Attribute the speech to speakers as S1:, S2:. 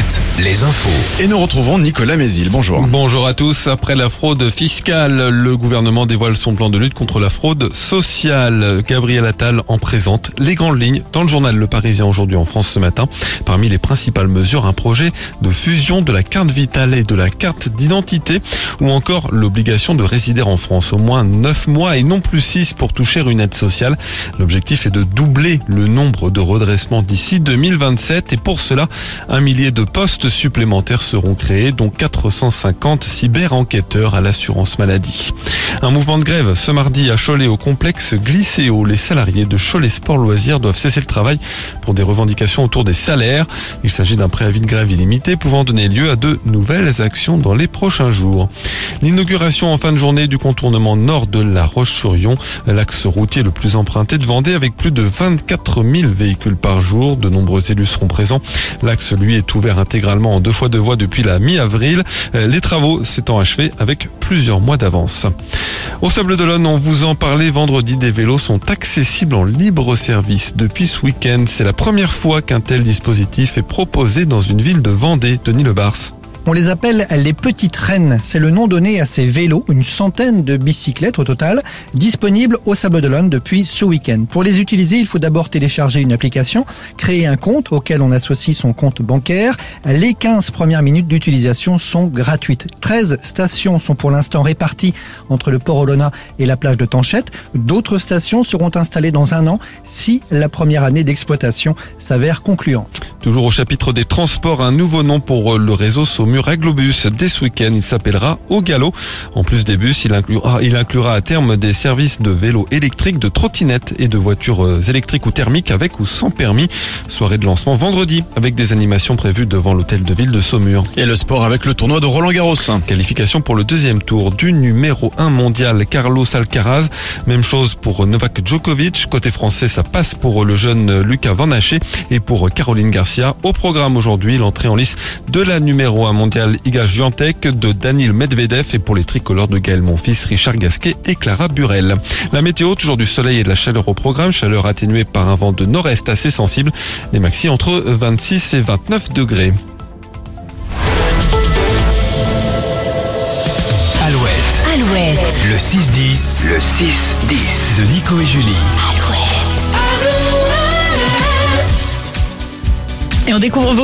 S1: Alouette, les infos.
S2: Et nous retrouvons Nicolas Mézil. Bonjour.
S3: Bonjour à tous. Après la fraude fiscale, le gouvernement dévoile son plan de lutte contre la fraude sociale. Gabriel Attal en présente les grandes lignes dans le journal Le Parisien aujourd'hui en France ce matin. Parmi les principales mesures, un projet de fusion de la carte vitale et de la carte d'identité ou encore l'obligation de résider en France au moins 9 mois et non plus 6 pour toucher une aide sociale. L'objectif est de doubler le nombre de redressements d'ici 2027 et pour cela, 1 millier de postes supplémentaires seront créés, dont 450 cyber-enquêteurs à l'assurance maladie. Un mouvement de grève ce mardi à Cholet au complexe Glycéo. Les salariés de Cholet Sport Loisirs doivent cesser le travail pour des revendications autour des salaires. Il s'agit d'un préavis de grève illimité pouvant donner lieu à de nouvelles actions dans les prochains jours. L'inauguration en fin de journée du contournement nord de La Roche-sur-Yon, l'axe routier le plus emprunté de Vendée avec plus de 24 000 véhicules par jour. De nombreux élus seront présents. L'axe, lui, est ouvert intégralement en 2x2 voies depuis la mi-avril. Les travaux s'étant achevés avec plusieurs mois d'avance. Au Sables-d'Olonne, on vous en parlait vendredi, des vélos sont accessibles en libre service depuis ce week-end. C'est la première fois qu'un tel dispositif est proposé dans une ville de Vendée. Denis Lebars.
S4: On les appelle les petites reines. C'est le nom donné à ces vélos, une centaine de bicyclettes au total, disponibles au Sables-d'Olonne depuis ce week-end. Pour les utiliser, il faut d'abord télécharger une application, créer un compte auquel on associe son compte bancaire. Les 15 premières minutes d'utilisation sont gratuites. 13 stations sont pour l'instant réparties entre le port Olona et la plage de Tanchette. D'autres stations seront installées dans un an si la première année d'exploitation s'avère concluante.
S3: Toujours au chapitre des transports, un nouveau nom pour le réseau Saumur Aglobus. Dès ce week-end, il s'appellera Au Galop. En plus des bus, il inclura à terme des services de vélos électriques, de trottinettes et de voitures électriques ou thermiques avec ou sans permis. Soirée de lancement vendredi avec des animations prévues devant l'hôtel de ville de Saumur.
S2: Et le sport avec le tournoi de Roland-Garros.
S3: Qualification pour le deuxième tour du numéro 1 mondial Carlos Alcaraz. Même chose pour Novak Djokovic. Côté français, ça passe pour le jeune Lucas Van Haché et pour Caroline Garcia. Au programme aujourd'hui, l'entrée en lice de la numéro 1 mondiale Iga Swiatek, de Daniil Medvedev et pour les tricolores de Gaël Monfils, Richard Gasquet et Clara Burel. La météo, toujours du soleil et de la chaleur au programme, chaleur atténuée par un vent de nord-est assez sensible, les maxi entre 26 et 29 degrés.
S1: Alouette. Le 6-10. Le 6-10. De Nico et Julie.
S5: Et on découvre vos